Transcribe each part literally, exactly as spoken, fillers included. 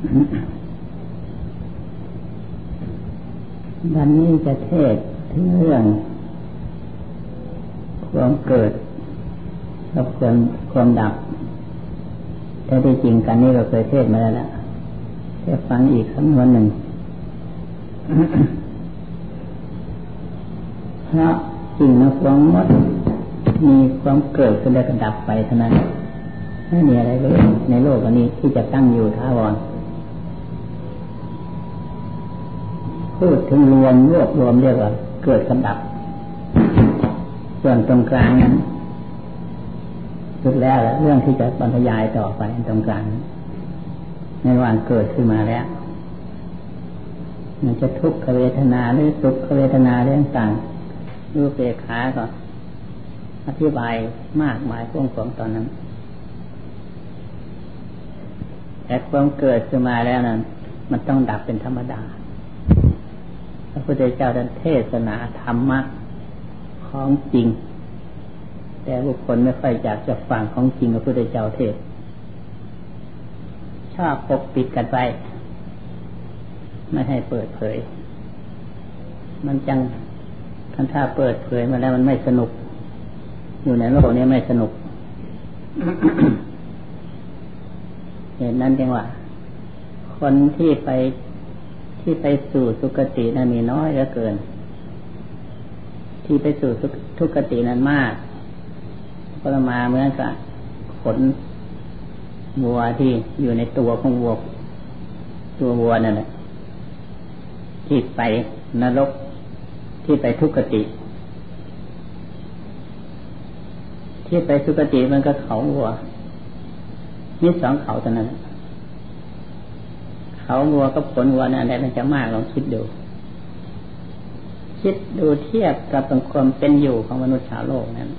วันนี้จะเทศน์ถึงเรื่องความเกิดกับความความดับแต่ที่จริงกันนี้เราเคยเทศน์มาแล้วล่ะจะฟังอีกครั้งวันหนึ่ง เพราะจริงนะความมดมีความเกิดขึ้นแล้วก็ดับไปเท่านั้นไม่มีอะไรเลยในโลกอันนี้ที่จะตั้งอยู่ถาวรพูดถึงรวมรวบรวมเรียกว่าเกิดกับดับส่วนตรงกลางนั้นสุดแล้วเรื่องที่จะบรรยายต่อไปตรงกลางในระหว่างเกิดขึ้นมาแล้วมันจะทุกขเวทนาหรือสุขเวทนาเรื่องต่างรูปเปกขาก็อธิบายมากมายกว้างขวางตอนนั้นแต่ความเกิดขึ้นมาแล้วนั้นมันต้องดับเป็นธรรมดาพระพุทธเจ้าท่านเทศนาธรรมะของจริงแต่บุคคลไม่ค่อยอยากจะฟังของจริงพระพุทธเจ้าเทศชอบปกปิดกันไปไม่ให้เปิดเผยมันจังท่านถ้าเปิดเผยมาแล้วมันไม่สนุกอยู่ในโลกนี้ไม่สนุก เหตุนั้นจึงว่าคนที่ไปที่ไปสู่สุคตินั้นมีน้อยเหลือเกินที่ไปสู่ทุกขตินั้นมากก็มาเหมือนกับขนวัวที่อยู่ในตัวของวัวตัววัวนั่นแหละที่ไปนรกที่ไปทุกขติที่ไปสุคติมันก็เขาวัวนี่สองเขาเท่านั้นเขาวัวกับขนวัวนั่นอะไรมันจะมากลองคิดดูคิดดูเทียบกับความเป็นอยู่ของมนุษย์ชาวโลกนั้น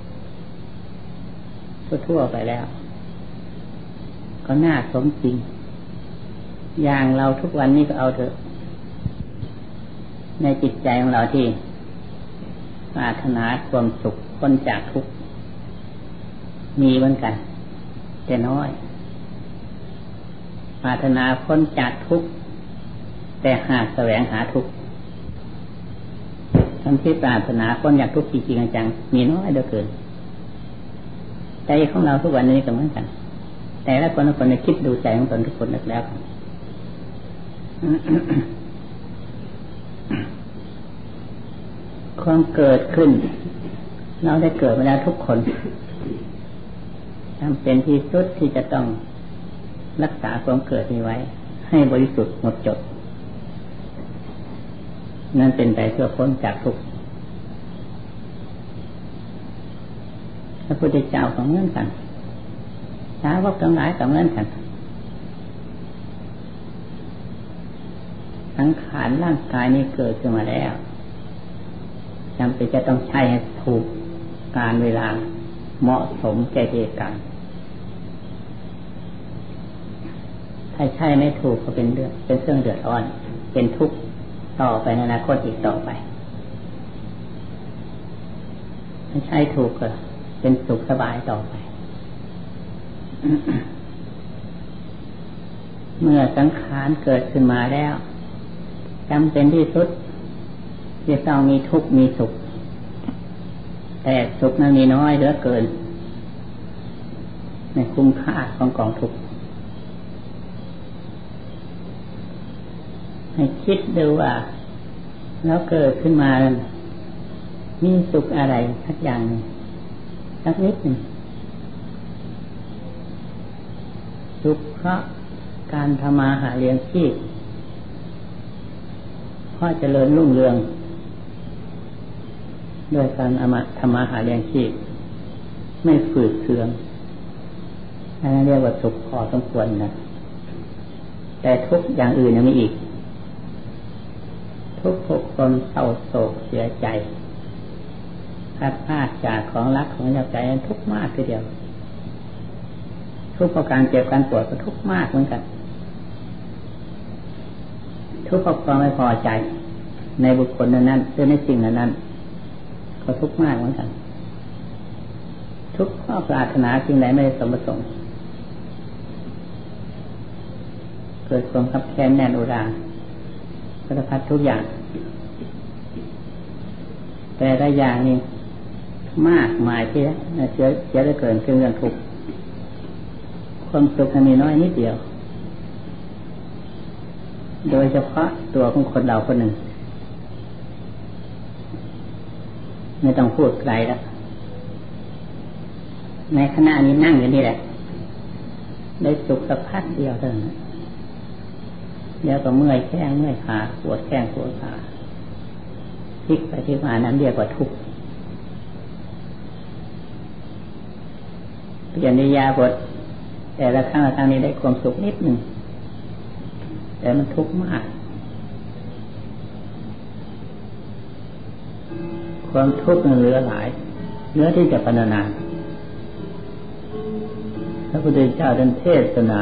ทั่วๆไปแล้วก็น่าสมจริงอย่างเราทุกวันนี้ก็เอาเถอะในจิตใจของเราที่ปรารถนาความสุขพ้นจากทุกข์มีเหมือนกันแต่น้อยปรารถนาพ้นจากทุกข์แต่หากแสวงหาทุกข์ทั้งที่ปรารถนาพ้นจากทุกข์จริงๆจังมีน้อยเหลือเกินใจของเราทุกวันนี้ก็เหมือนกันแต่ละคนละคนคิดดูใจของตนทุกคนแล้วกัน ความเกิดขึ้นเราได้เกิดมาแล้วทุกคนจำเป็นที่สุดที่จะต้องรักษาความเกิดนี้ไว้ให้บริสุทธิ์หมดจดนั่นเป็นไปเพื่อพ้นจากทุกข์พระพุทธเจ้าของเงื่อนกันสาวกทั้งหลายกับเงื่อนกันสังขารร่างกายนี้เกิดขึ้นมาแล้วจำเป็นจะต้องใช้ให้ถูกการเวลาเหมาะสมแก่เหตุการณ์ถ้าใช้ไม่ถูกก็เป็นเรื่องเป็นเครื่องเดือดร้อนเป็นทุกข์ต่อไปในอนาคตอีกต่อไปถ้าใช้ถูกก็เป็นสุขสบายต่อไป เมื่อสังขารเกิดขึ้นมาแล้วจำเป็นที่สุดจะต้องมีทุกข์มีสุขแต่สุขนั้นมีน้อยเหลือเกินในคุ้มค่าของกองทุกข์ให้คิดดูว่าแล้วเกิดขึ้นมามีสุขอะไรสักอย่างนึงสักนิดหนึ่งสุขเพราะการทำมาหาเลี้ยงชีพเพราะเจริญรุ่งเรืองด้วยการอมทำมาหาเลี้ยงชีพไม่ฝืดเคืองอันนั้นเรียกว่าสุขพอสมควรนะแต่ทุกอย่างอื่นยังมีอีกทุกข์ความเศร้าโศกเสียใจพลาดพลาดจากของรักของยาใจทุกข์มากทีเดียวทุกข์เพราะการเจ็บการปวดก็ทุกข์มากเหมือนกันทุกข์เพราะความไม่พอใจในบุคคลนั้นๆหรือในสิ่งนั้นๆก็ทุกข์มากเหมือนกันทุกข์เพราะปรารถนาสิ่งใดไม่สมประสงค์เกิดความคับแค้นแน่นอุราสารพัดทุกอย่างแต่ละอย่างนี่มากมายที่เสียเสียได้เกินคือเรื่องทุกข์ความสุขมีน้อยนิดเดียวโดยเฉพาะตัวของคนเราคนหนึ่งไม่ต้องพูดไกลแล้วในขณะนี้นั่งอยู่นี่แหละได้สุขสักพักเดียวเท่านั้นแล้วก็เมื่อยแข้งเมื่อยขาปวดแข้งปวดขาพลิกไปที่มานั้นเรียกว่าทุกข์เปลี่ยนนิยาบทแต่ละครั้งละครั้งนี้ได้ความสุขนิดหนึ่งแต่มันทุกข์มากความทุกข์มันเหลือหลายเหลือที่จะพรรณนาพระพุทธเจ้าท่านเทศนา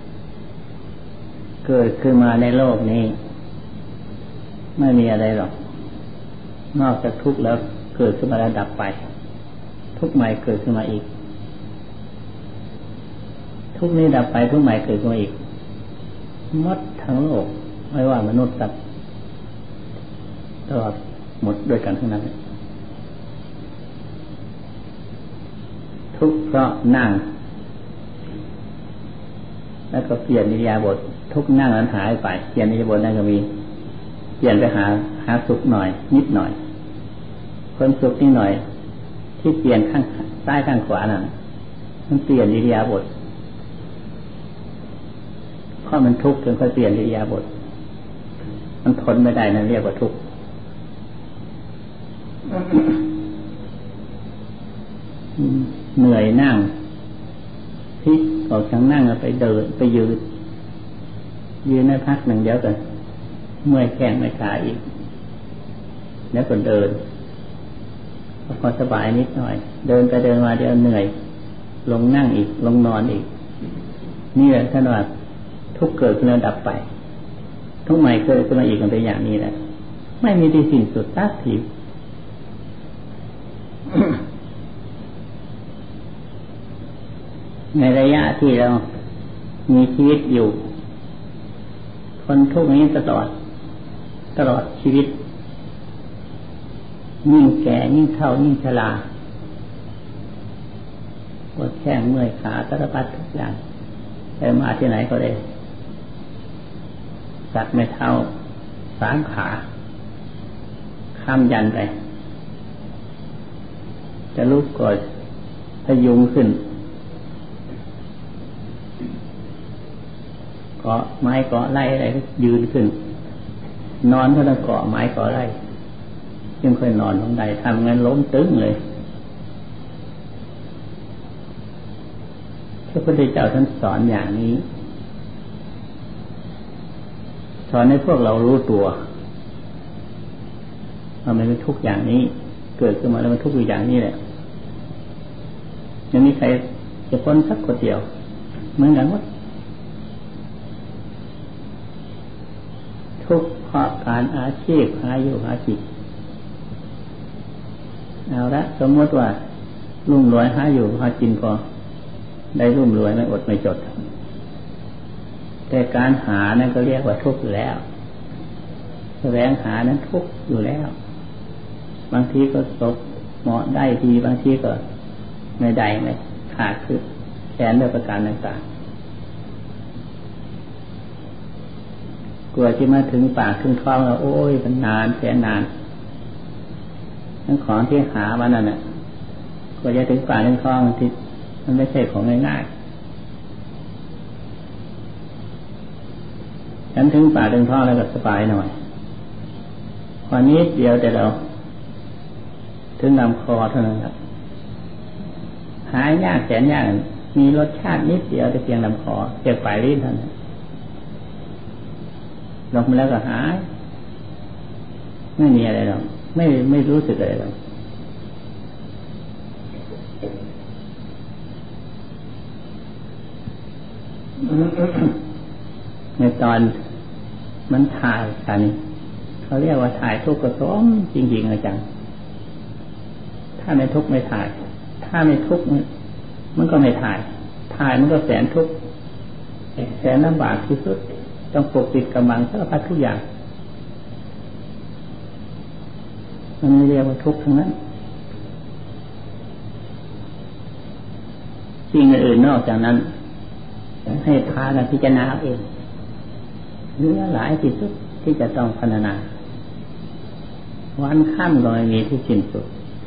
เกิดขึ้นมาในโลกนี้ไม่มีอะไรหรอกนอกจากทุกข์แล้วเกิดขึ้นมาแล้วดับไปทุกข์ใหม่เกิดขึ้นมาอีกทุกข์นี้ดับไปทุกข์ใหม่เกิดขึ้นมาอีกหมดทั้งโลกไม่ว่ามนุษย์สัตว์ตลอดหมดด้วยกันทั้งนั้นทุกข์เพราะนั่งแล้วก็เปลี่ยนอิริยาบถทุกนั่งนั้นหายไปเปลี่ยนอิริยาบถนั่นก็มีเปลี่ยนไปหาหาสุขหน่อยนิดหน่อยความสุขนิดหน่อยที่เปลี่ยนข้างซ้ายข้างขวานั่นมันเปลี่ยนอิริยาบถเพราะมันทุกข์จนค่อยเปลี่ยนอิริยาบถมันทนไม่ได้นั่นเรียกว่าทุกข์เหนื่อยนั่งพลิกออกจากนั่งไปเดินไปยืนยืนได้พักหนึ่งเดียวกันเมื่อยแข้งเมื่อยขาอีกแล้วก็เดินพอสบายนิดหน่อยเดินไปเดินมาเดี๋ยวเหนื่อยลงนั่งอีกลงนอนอีกนี่แหละท่านว่าทุกเกิดขึ้นแล้วดับไปทุกใหม่เกิดขึ้นมาอีกกันเป็นอย่างนี้แหละไม่มีที่สิ้นสุดสักทีในระยะที่เรามีชีวิตอยู่ทนทุกข์นี้ตลอดตลอดชีวิตยิ่งแก่ยิ่งเฒ่ายิ่งชราปวดแข้งเมื่อยขาสารพัดทุกอย่างไปมาที่ไหนก็ได้สักไม่เท่าสามขาข้ามยันไปจะลุกก็พยุงขึ้นเกาะไม้เกาะไร่อะไรยืนขึ้นนอนก็ต้องเกาะไม้เกาะไร่จึงค่อยนอนลงได้ทำงั้นล้มตึงเลยพระพุทธเจ้าท่านสอนอย่างนี้สอนให้พวกเรารู้ตัวว่ามันเป็นทุกข์อย่างนี้เกิดขึ้นมาแล้วมันทุกข์อยู่อย่างนี้แหละยังมีใครจะพ้นสักคนเดียวเหมือนกันว่าทุกข์เพราะการอาชีพหาอยู่หากินเอาละสมมติว่ารุ่มรวยหาอยู่หากินพอได้รุ่มรวยไม่อดไม่จดแต่การหานั่นก็เรียกว่าทุกข์แล้วแสวงหานั้นทุกข์อยู่แล้วบางทีก็ตกเหมาะได้ทีบางทีก็ไม่ได้ไม่ขาดคือแขนด้วยประการต่างๆกลัวที่มาถึงปากถึงท้องแล้วโอ้ยมันนานแสนนานทั้งของที่หามานั่นน่ะกว่าจะถึงปากถึงท้องที่มันไม่ใช่ของง่ายๆฉันถึงปากถึงท้องแล้วก็สบายหน่อยวันนี้เดียวแต่เราถึงลำคอเท่านั้นครับหายยากแสนยากมีรสชาตินิดเดียวแต่เพียงลำคอเจ็บปลายลิ้นเท่านั้นลงมาแล้วก็หายไม่มีอะไรหรอกไม่ไม่รู้สึกอะไรหรอกในตอนมันถ่ายกันเขาเรียกว่าถ่ายทุกข์กระสมจริงๆอาจารย์ถ้าไม่ทุกข์ไม่ถ่ายถ้าไม่ทุกข์มันก็ไม่ถ่ายถ่ายมันก็แสนทุกข์แสนลำบากที่สุดต้องปกปิดกำบังสารพัดทุกอย่างมันเรียกว่าทุกข์ทั้งนั้นสิ่งอื่นนอกจากนั้นให้พากันพิจารณาเองเนื้อหลายที่สุดที่จะต้องพรรณนาวันค่ำก็ไม่มีที่สิ้นสุด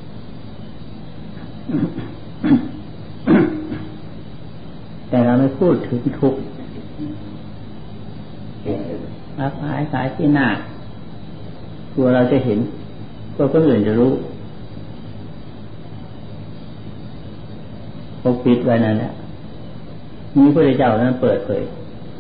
แต่เราไม่พูดถึงทุกข์รักหายสายที่หน้ากลัวเราจะเห็นกลัวคนอื่นจะรู้ปกปิดไว้นั่นแหละมีพระเจ้านั้นเปิดเผย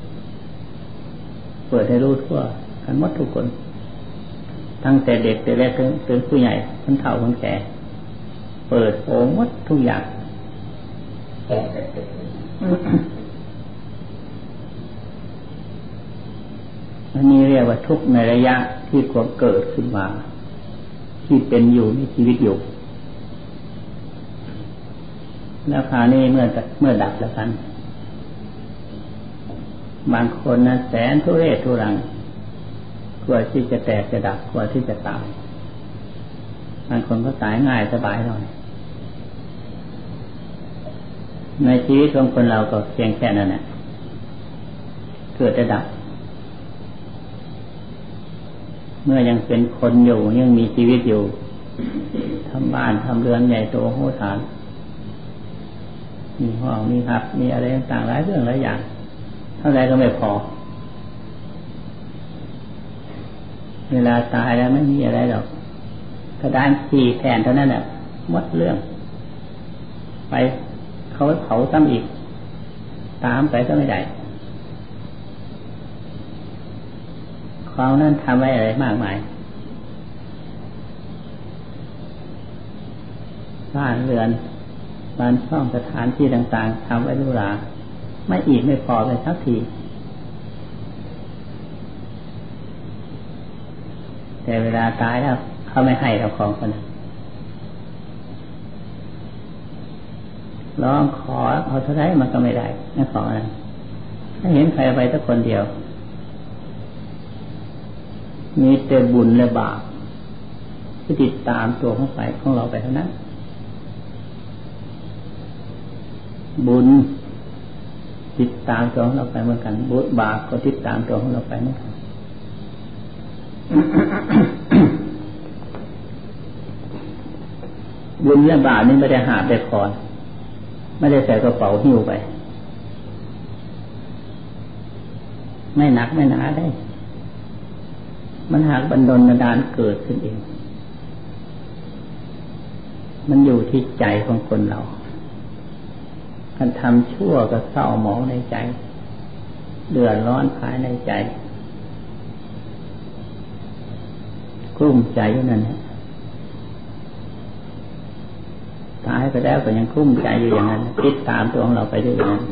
เปิดให้รู้ทั่วกันหมดทุกคนตั้งแต่เด็กแต่แรกถึงถึงผู้ใหญ่คนเฒ่าคนแก่เปิดโปงหมดทุกอย่างอันนี้เรียกว่าทุกข์ในระยะที่ความเกิดขึ้นมาที่เป็นอยู่ในชีวิตอยู่แล้วคราวนี้เมื่อเมื่อดับแล้วกันบางคนนะแสนทุเรศทุรังกลัวที่จะแตกจะดับกลัวที่จะตายบางคนก็ตายง่ายสบายหน่อยในชีวิตของคนเราก็เพียงแค่นั้นแหละเกิดจะดับเมื่อยังเป็นคนอยู่ยังมีชีวิตอยู่ทำบ้านทำเรือนใหญ่โตโหฬารมีห้องมีพักมีอะไรต่างๆหลายเรื่องหลายอย่างเท่าไรก็ไม่พอเวลาตายแล้วไม่มีอะไรหรอกกระดานสี่แผ่นเท่านั้นแหละหมดเรื่องไปเขาเผาซ้ำอีกตามไปก็ไม่ได้เขานั่นทำไว้อะไรมากมายบ้านเรือนบ้านช่องสถานที่ต่างๆทำไว้หรูหราไม่อีกไม่พอเลยสักทีแต่เวลาตายแล้วเขาไม่ให้เราของคนนั้นร้องขอเอาเท่าไรมันก็ไม่ได้นั่นของนั้นถ้าเห็นใครไปสักคนเดียวมีแต่บุญและบาปที่ติดตามตัวของไปของเราไปเท่านั้นบุญติดตามตัวของเราไปเหมือนกันบุญบาปก็ติดตามตัวของเราไปเหมือนกัน บุญและบาปนี่ไม่ได้หาไปคอนไม่ได้ใส่กระเป๋าหิ้วไปไม่หนักไม่หนาได้มันหากบันดลบันดาลเกิดขึ้นเองมันอยู่ที่ใจของคนเราการทำชั่วก็เศร้าหมองในใจเดือดร้อนภายในใจกลุ้มใจอยู่นั่นแหละตายไปแล้วก็ยังกลุ้มใจอยู่อย่างนั้นติดตามตัวของเราไปด้วยอย่างนั้น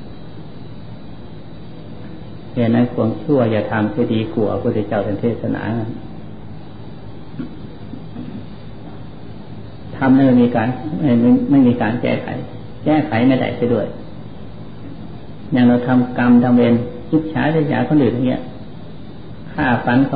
เหตุนั้นความชั่วอย่าทำให้ดีกว่าพระพุทธเจ้าท่านเทศนาทำแล้วไม่มีการไม่ไม่มีการแก้ไขแก้ไขไม่ได้ไปด้วยอย่างเราทำกรรมทำเวรอิจฉาริษยาคนอื่นอย่างเงี้ยฆ่าฟันเขา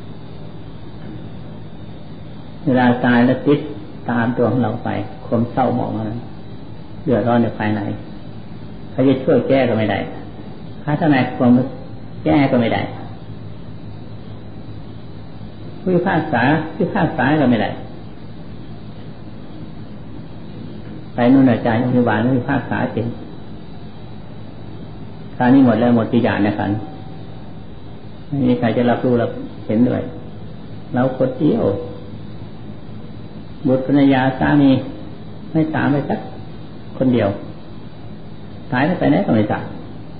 เวลาตายแล้วติดตามตัวของเราไปความเศร้าหมองนั้นเดือดร้อนในภายในเขาจะช่วยแก้ก็ไม่ได้ถ้าเท่าไหร่ความแก้ก็ไม่ได้ผู้พิพากษาพิพากษาก็ไม่ได้ไปนู่นอาจารย์อภิบาลพิพากษาจริงการนี้หมดแล้วหมดกิจการนะครับไม่มีใครจะรับรู้รับเห็นด้วยเราคนเดียวบุตรภรรยาสามีไม่ตามไปสักคนเดียวตายแล้วไปไหนก็ไม่ตาม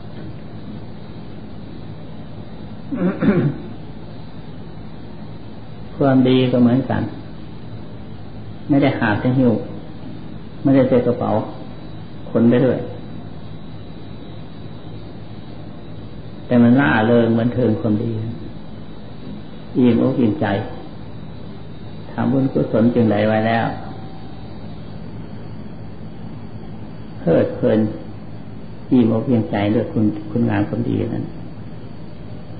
ความดีก็เหมือนกันไม่ได้หาบจะหิ้วไม่ได้ใส่กระเป๋าขนไปด้วยแต่มันล่าเริงมันเทิงความดีอิ่มอกอิ่มใจทำบุญกุศลจึงไหลไว้แล้วเพลิดเพลินอิ่มอกอิ่มใจด้วยคุณคุณงามความดีนั้น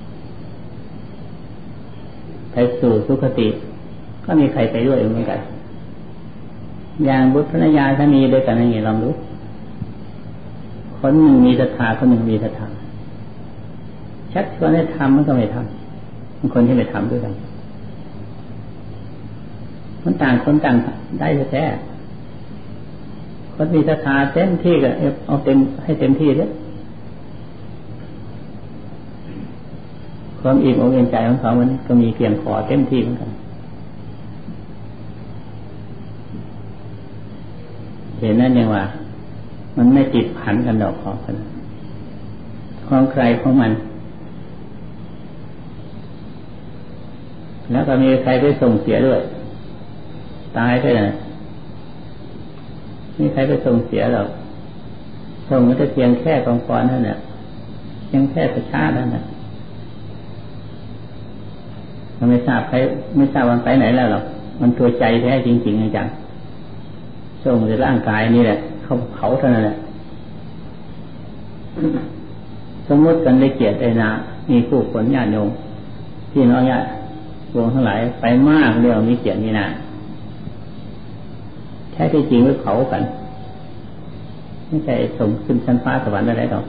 ไปสู่สุคติก็มีใครไปด้วยเหมือนกันอย่างบุตรภรรยาถ้ามีด้วยกันอย่างนี้ลองดูคนหนึ่งมีศรัทธาคนหนึ่งมีศรัทธาชักชวนให้ทำมันก็ไม่ทำบางคนที่ไม่ทำด้วยกันมันต่างคนต่างได้แท้คนมีศรัทธาเต็มที่ก็เอาเต็มให้เต็มที่เลยความอิ่มอกอิ่มใจของเขามันก็มีเพียงพอเต็มที่เหมือนกันเห็นนั่นยังว่ามันไม่ติดพันกันดอกของกันของใครของมันแล้วก็มีใครไปส่งเสียด้วยตายไปเลยมีใครไปส่งเสียหรอกส่งมันจะเพียงแค่กองกรนั่นแหละเพียงแค่ประชานั่นแหละมันไม่ทราบใครไม่ทราบวันไปไหนแล้วหรอกมันตัวใจแท้จริงๆจังส่งในร่างกายนี่แหละเขาเผาเท่านั้นแหละสมมติกันได้เกียรติได้นามีผู้คนญาติโยมพี่น้องญาติวงทั้งหลายไปมากเรื่องมีเกียรติมีนาแท้ที่จริงก็เผากันไม่ใช่ส่งขึ้นชั้นฟ้าสวรรค์อะไรหรอก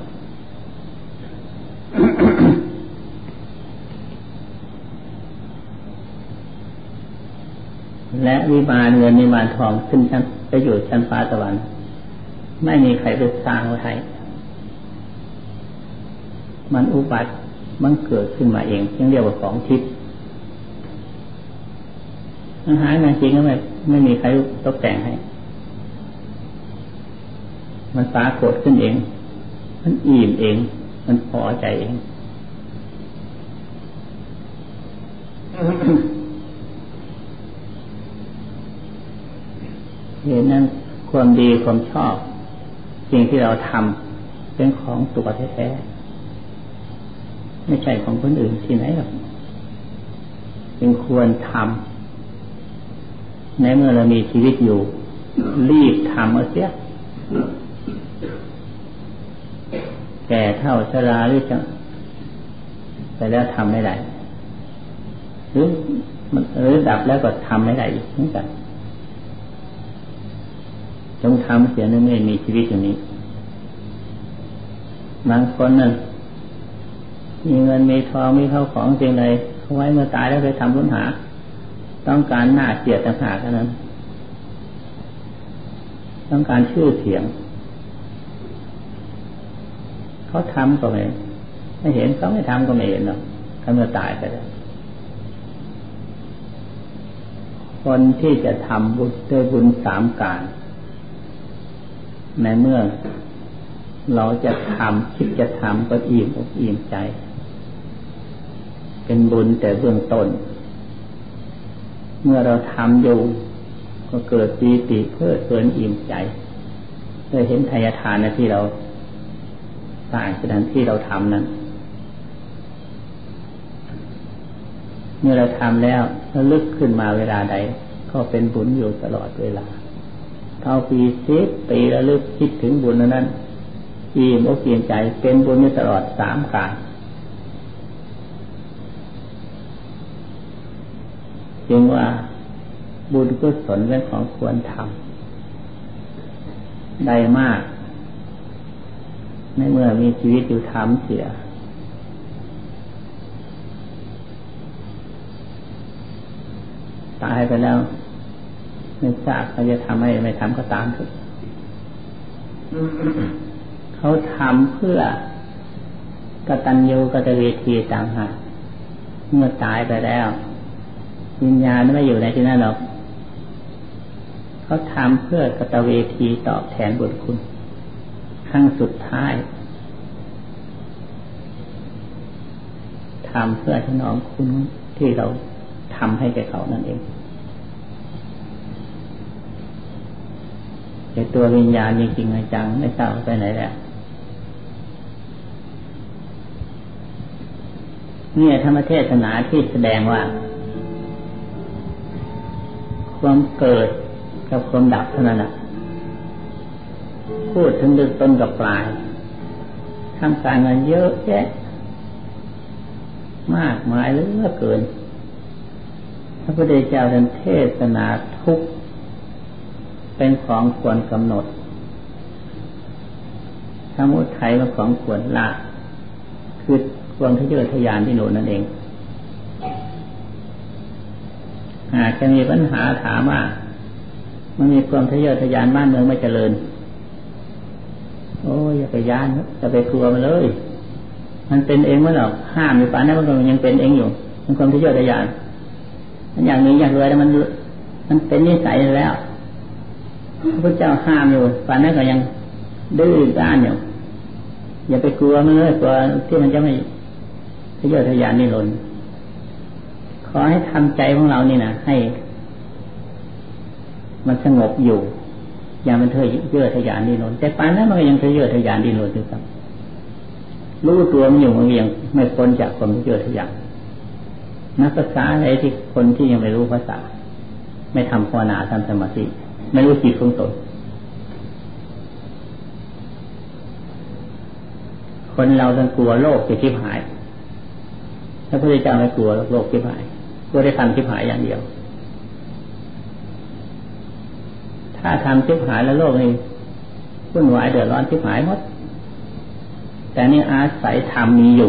และวิมานเงินวิมานทองขึ้นชั้นไปอยู่ชั้นฟ้าสวรรค์ไม่มีใครไปสร้างไว้ให้มันอุบัติมันเกิดขึ้นมาเองยังเรียกว่าของทิพย์อาหารงานจริงก็ไม่ไม่มีใครตกแต่งให้มันปรากฏขึ้นเองมันอิ่มเองมันพอใจเองเห็นนั้นความดีความชอบสิ่งที่เราทำเป็นของตัวแท้ๆไม่ใช่ของคนอื่นที่ไหนหรอกจึงควรทำในเมื่อเรามีชีวิตอยู่รีบทำเอาเสียแก่เท่าชราหรือจะไปแล้วทำไม่ได้หรือมันหรือดับแล้วก็ทำไม่ได้อีกเหมือนกันจงทำเสียในเมื่อมีชีวิตอย่างนี้บางคนนั่นมีเงินมีทองมีเข้าของสิ่งใดเขาไว้เมื่อตายแล้วไปทำบุญหาต้องการหน้าเกียรติต่างหากนั้นต้องการชื่อเสียงเขาทำก็ไม่ไม่เห็นเขาไม่ทำก็ไม่เห็นหรอกเขาเมื่อตายไปแล้วคนที่จะทำบุญด้วยบุญสามการในเมื่อเราจะทำคิดจะทำก็อิ่มอกอิ่มใจเป็นบุญแต่เบื้องต้นเมื่อเราทำอยู่ก็เกิดปีติเพลิดเพลินอิ่มใจเมื่อเห็นทายทานในที่เราสร้างสถานที่เราทำนั้นเมื่อเราทำแล้วระลึกขึ้นมาเวลาใดก็เป็นบุญอยู่ตลอดเวลาเท่าปีสิบปีระลึกคิดถึงบุญนั้นอิ่มอกอิ่มใจเป็นบุญอยู่ตลอดสามกาลจึงว่าบุญกุศลเป็นของควรทำได้มากในเมื่อมีชีวิตอยู่ทำเสียตายไปแล้วไม่ทราบเขาจะทำให้ไม่ทำก็ตามเถอะเขาทำเพื่อกตัญญูกตเวทีต่างหากเมื่อตายไปแล้ววิญญาณไม่อยู่ในที่นั่นหรอกเขาทำเพื่อกตเวทีตอบแทนบุญคุณครั้งสุดท้ายทำเพื่อถนอมคุณที่เราทำให้แก่เขานั่นเองแต่ตัววิญญาณจริงๆจังไม่ทราบไปไหนแล้วเนี่ยธรรมเทศนาที่แสดงว่าความเกิดกับความดับเท่านั้นแหละพูดถึงเรื่องต้นกับปลายทำการงานเยอะแยะมากมายเหลือเกินพระพุทธเจ้าท่านเทศนาทุกข์เป็นของควรกำหนดสมุทัยเป็นของควรละคือความทะเยอทะยานที่โน่นนั่นเองหากจะมีปัญหาถามว่ามันมีความทะเยอทะยานบ้านเมืองไม่เจริญโอ้ยอย่าไปยานอย่าไปกลัวมันเลยมันเป็นเองว่าหรอกห้ามอยู่ป่านนั้นมันยังเป็นเองอยู่มันความทะเยอทะยานมันอย่างนี้อย่างรวยแล้วมันมันเป็นนิสัยแล้วพระพุทธเจ้าห้ามอยู่ป่านนั้นก็ยังดื้อด้านอยู่อย่าไปกลัวมันเลยกลัวที่มันจะไม่ทะเยอทะยานนี่หล่นขอให้ทำใจของเรานี่นะให้มันสงบอยู่อย่ามันทะเยอทะยานนี่หล่นแต่ป่านนั้นมันก็ยังทะเยอทะยานนี่หล่นอยู่ครับรู้ตัวมันอยู่มันยังไม่พ้นจากความทะเยอทะยานนักภาษาอะไรที่คนที่ยังไม่รู้ภาษาไม่ทำภาวนาทำสมาธิไม่รู้จิตของตนคนเราต้องกลัวโลกจะชิบหายถ้าพระพุทธเจ้าไม่กลัวโลกชิบหายกลัวได้ทำชิบหายอย่างเดียวถ้าทำชิบหายแล้วโลกนี้วุ่นวายเดือดร้อนชิบหายหมดแต่นี่อาศัยธรรมมีอยู่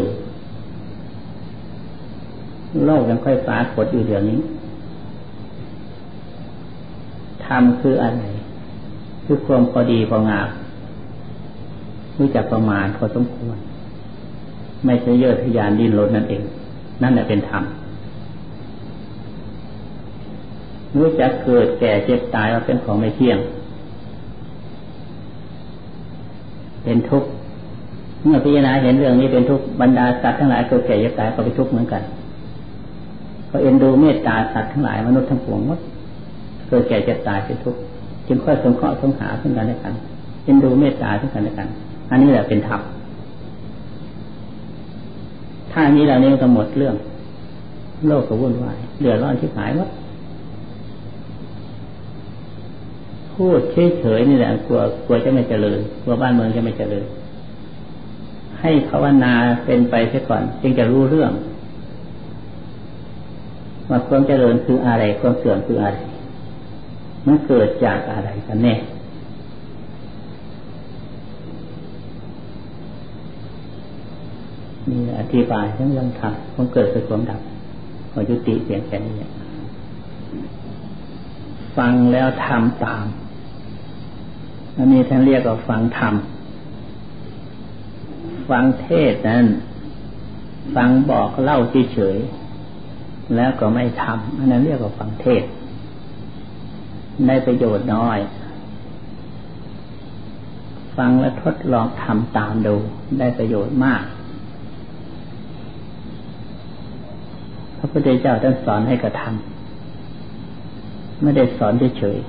โลกยังค่อยปรากฏอยู่เดี๋ยวนี้ธรรมคืออะไรคือความพอดีพองามรู้จักประมาณพอสมควรไม่ใช่เยอะทะยานดิ้นรนนั่นเองนั่นแหละเป็นธรรมรู้จักเกิดแก่เจ็บตายว่าเป็นของไม่เที่ยงเป็นทุกข์เมื่อพิจารณาเห็นเรื่องนี้เป็นทุกข์บรรดาสัตว์ทั้งหลายเกิดแก่เจ็บตายก็เป็นทุกข์เหมือนกันเขาเอ็นดูเมตตาสัตว์ทั้งหลายมนุษย์ทั้งปวงหมดเกิดแก่เจ็บตายเป็นทุกข์จึงค่อยสงเคราะห์สงหาซึ่งกันและกันเอ็นดูเมตตาซึ่งกันและกันอันนี้แหละเป็นธรรมถ้านี้เรานี้ก็หมดเรื่องโลกก็วุ่นวายเดือดร้อนชิบหายหมดพูดเฉยๆนี่แหละกลัวกลัวจะไม่เจริญกลัวบ้านเมืองจะไม่เจริญให้ภาวนาเป็นไปเสียก่อนจึงจะรู้เรื่องว่าความเจริญคืออะไรความเสื่อมคืออะไรมันเกิดจากอะไรกันแน่นี่อธิบายทั้งเรื่องธรรมความเกิดคือความดับขอยุติเพียงแค่นี้ฟังแล้วทำตามอันนี้ท่านเรียกว่าฟังธรรมฟังเทศนั้นฟังบอกเล่าเฉยๆแล้วก็ไม่ทำอันนั้นเรียกว่าฟังเทศได้ประโยชน์น้อยฟังแล้วทดลองทำตามดูได้ประโยชน์มากพระพุทธเจ้าท่านสอนให้กระทำไม่ได้สอนเฉย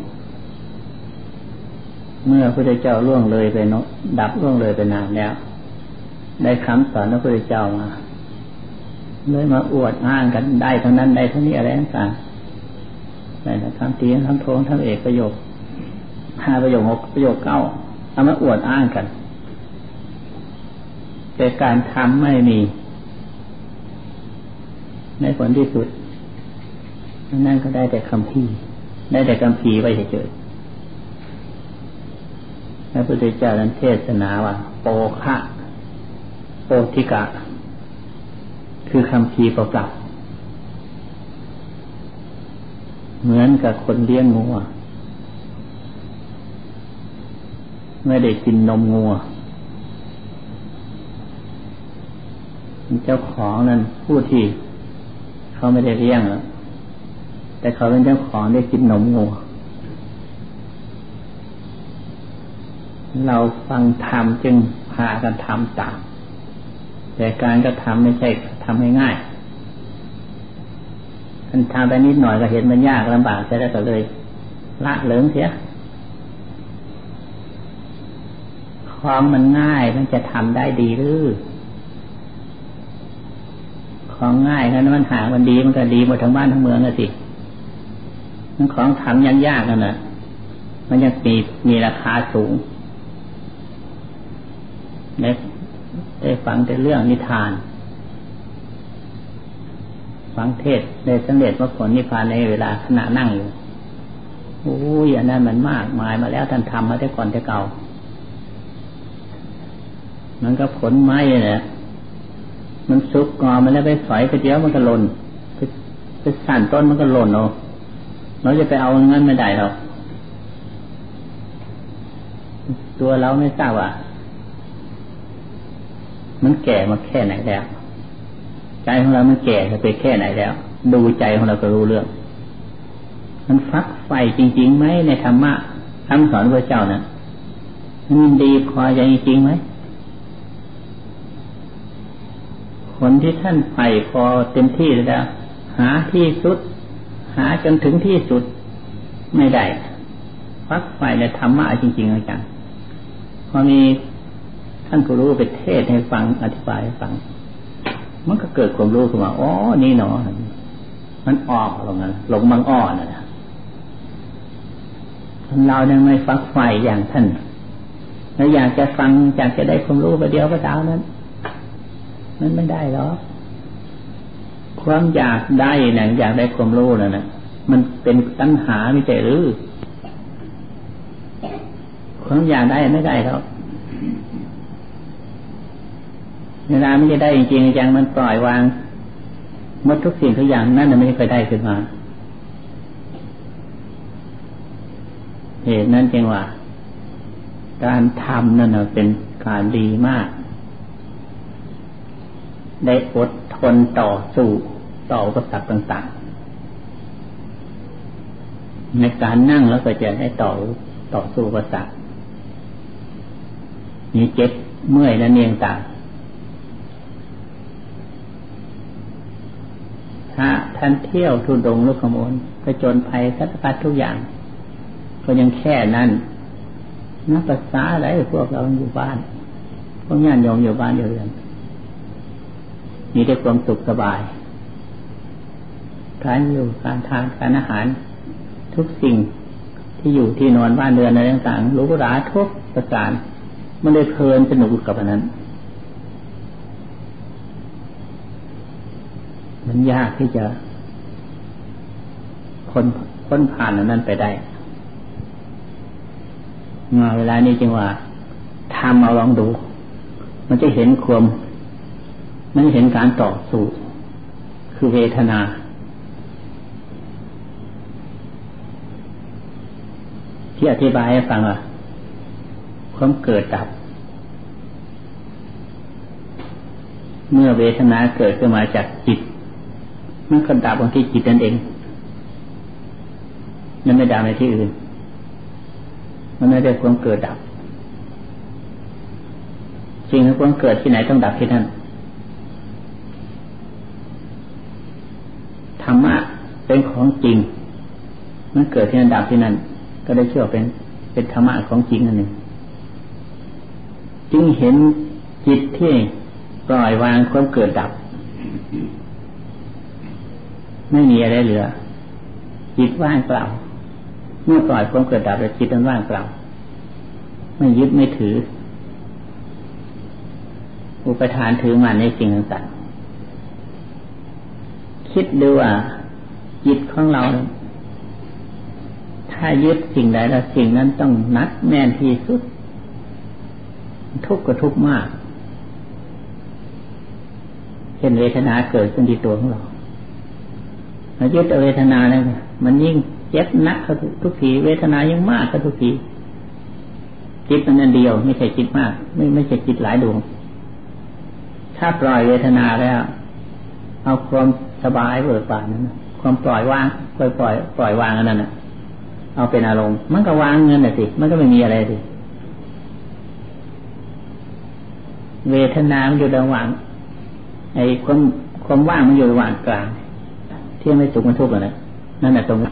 ๆเมื่อพระพุทธเจ้าล่วงเลยไปเนาะดับล่วงเลยไปนานแล้วได้คำสอนพระพุทธเจ้ามาเลยมาอวดอ้างกันได้เท่านั้นได้เท่านี้อะไรต่างๆได้คำตีคำโทงคำเอกประโยคห้าประโยคหกประโยคเก้าเอามาอวดอ้างกันแต่การทำไม่มีในผลที่สุดนั่นก็ได้แต่คำพีได้แต่คำพีไว้เฉยๆพระพุทธเจ้านั้นเทศนาว่าโปคะโปธิกะคือคำพีเปล่าๆเหมือนกับคนเลี้ยงงัวไม่ได้กินนมงัวเจ้าของนั้นผู้ที่เขาไม่ได้เลี้ยงแต่เขาเป็นเจ้าของได้กินนมงัวเราฟังธรรมจึงพากันทำตามแต่การกระทำไม่ใช่ทำง่ายๆท่านทำไปนิดหน่อยก็เห็นมันยากลำบากใช่แล้วก็เลยละเลิงเสียของมันง่ายมันจะทำได้ดีหรือของง่ายนั้นมันหามันดีมันก็ดีหมดทั้งบ้านทั้งเมืองน่ะสิมันของทำยังยากนั่นน่ะมันยังมีมีราคาสูงได้ได้ฟังแต่เรื่องนิทานฟังเทศได้สำเร็จมรรคผลนิพพานในเวลาขณะนั่งอยู่โอ้ยอันนั้นมันมากมายมาแล้วท่านทำมาแต่ก่อนแต่เก่ามันก็ผลไม้เนี่ยมันสุกงอมันแล้วไปสอยไปเดียวมันก็หล่นไปไปสั่นต้นมันก็หล่นเอาเราจะไปเอาเงินไม่ได้หรอกตัวเราไม่ทราบว่ามันแก่มาแค่ไหนแล้วใจของเรามันแก่จะไปแค่ไหนแล้วดูใจของเราก็รู้เรื่องมันฟักไฟจริงๆไหมในธรรมะคำสอนพระเจ้านะมันดีพอใจจริงไหมคนที่ท่านใฝ่พอเต็มที่แล้วหาที่สุดหาจนถึงที่สุดไม่ได้ฟักไฟในธรรมะจริงๆอาจารย์พอมีท่านผู้รู้ไปเทศให้ฟังอธิบายให้ฟังมันก็เกิดความรู้ขึ้นมาอ๋อนี่หนอมันออกลงนั้นลงบางอ้อน่ะเรายังไม่ฟักไฟอย่างท่านแล้วอยากจะฟังอยากจะได้ความรู้ประเดียวประดาวนั้นมันไม่ได้หรอกความอยากได้น่ะอยากได้ความรู้น่ะนะมันเป็นตัณหาไม่ใช่หรือความอยากได้ไม่ได้หรอกเวลาไม่ได้จริงๆจังมันปล่อยวางหมดทุกสิ่งทุกอย่างนั่นน่ะไม่เคยได้ขึ้นมาเหตุนั้นจึงว่าการทำนั่นเป็นการดีมากได้อดทนต่อสู้ต่ออุปสรรคต่างๆในการนั่งแล้วก็จะได้ต่อต่อสู้อุปสรรคมีเจ็บเมื่อยนั่นเองต่างถ้าท่านเที่ยวทุดงลุกขโมยผจญภัยสารพัดทุกอย่างก็ยังแค่นั้นนักภาษาอะไรพวกเราอยู่บ้านพวกญาติโยมอยู่บ้านอยู่เรือนมีแต่ความสุขสบายการอยู่การทานการอาหารทุกสิ่งที่อยู่ที่นอนบ้านเรือนอะไรต่างๆรู้ราทุกประการมันเลยเพลินสนุกกับอันนั้นมันยากที่จะพ้นพ้นผ่านอันนั้นไปได้งาเวลานี้จึงว่าทำเอาลองดูมันจะเห็นความมันเห็นการต่อสู้คือเวทนาที่อธิบายให้ฟังว่าความเกิดดับเมื่อเวทนาเกิดขึ้นมาจากจิตมันก็ดับบางที่จิตนั่นเองมันไม่ดับในที่อื่นมันไม่ได้ความเกิดดับจริงความเกิดที่ไหนต้องดับที่นั่นธรรมะเป็นของจริงมันเกิดที่นั่นดับที่นั่นก็ได้เชื่อเป็นเป็นธรรมะของจริงนั่นเองจึงเห็นจิตที่ปล่อยวางความเกิดดับไม่มีอะไรเหลือจิตว่างเปล่าเมื่อปล่อยความเกิดดับแล้วจิตมันว่างเปล่าไม่ยึดไม่ถืออุปทานถือมันในสิ่งต่างๆคิดดูว่าจิตของเราถ้ายึดสิ่งใดแล้วสิ่งนั้นต้องนัดแน่นที่สุดทุกข์ก็ทุกข์มากเช่นเวทนาเกิดขึ้นที่ตัวของเราเรายึดเวทนาเนี่ยมันยิ่งเจ็บหนักทุกทีเวทนายิ่งมากทุกทีจิตมันอันเดียวไม่ใช่จิตมากไม่ไม่ใช่จิตหลายดวงถ้าปล่อยเวทนาแล้วเอาความสบายเบิกบานนั้นความปล่อยวางปล่อยปล่อยปล่อยวางอันนั้นน่ะเอาเป็นอารมณ์มันก็วางเงินน่ะสิมันก็ไม่มีอะไรสิเวทนามันอยู่ระหว่างไอ้ความความว่างมันอยู่ระหว่างกลางที่ไม่สุขมันทุกข์อ่ะนะนั่นแหละตรง